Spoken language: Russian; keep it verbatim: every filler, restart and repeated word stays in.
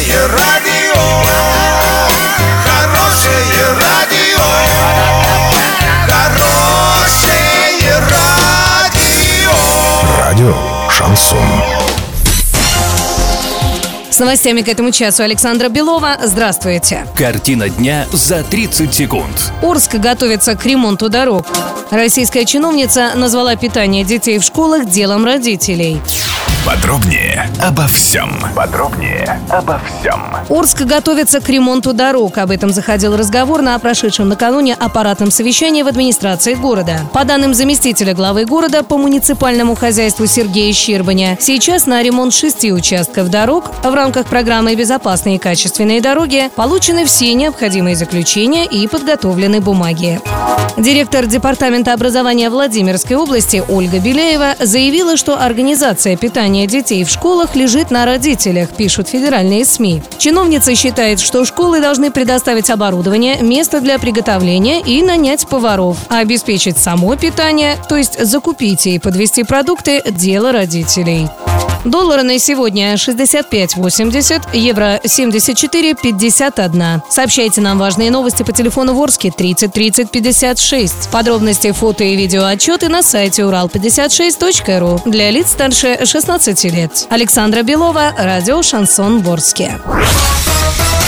Хорошее радио, хорошее радио, хорошее радио. Радио Шансон. С новостями к этому часу Александра Белова. Здравствуйте. Картина дня за тридцать секунд. Орск готовится к ремонту дорог. Российская чиновница назвала питание детей в школах делом родителей. Подробнее обо всем. Подробнее обо всем. Орск готовится к ремонту дорог. Об этом заходил разговор на прошедшем накануне аппаратном совещании в администрации города. По данным заместителя главы города по муниципальному хозяйству Сергея Щербаня, сейчас на ремонт шести участков дорог в рамках программы «Безопасные и качественные дороги» получены все необходимые заключения и подготовлены бумаги. Директор департамента образования Владимирской области Ольга Беляева заявила, что организация питания детей в школах лежит на родителях, пишут федеральные СМИ. Чиновница считает, что школы должны предоставить оборудование, место для приготовления и нанять поваров. А обеспечить само питание, то есть закупить и подвести продукты – дело родителей. Доллары на сегодня шестьдесят пять восемьдесят, евро семьдесят четыре пятьдесят один. Сообщайте нам важные новости по телефону в Орске тридцать тридцать пятьдесят шесть. Подробности, фото и видеоотчеты на сайте урал пятьдесят шесть точка ру для лиц старше шестнадцати лет. Александра Белова, радио «Шансон» в Орске.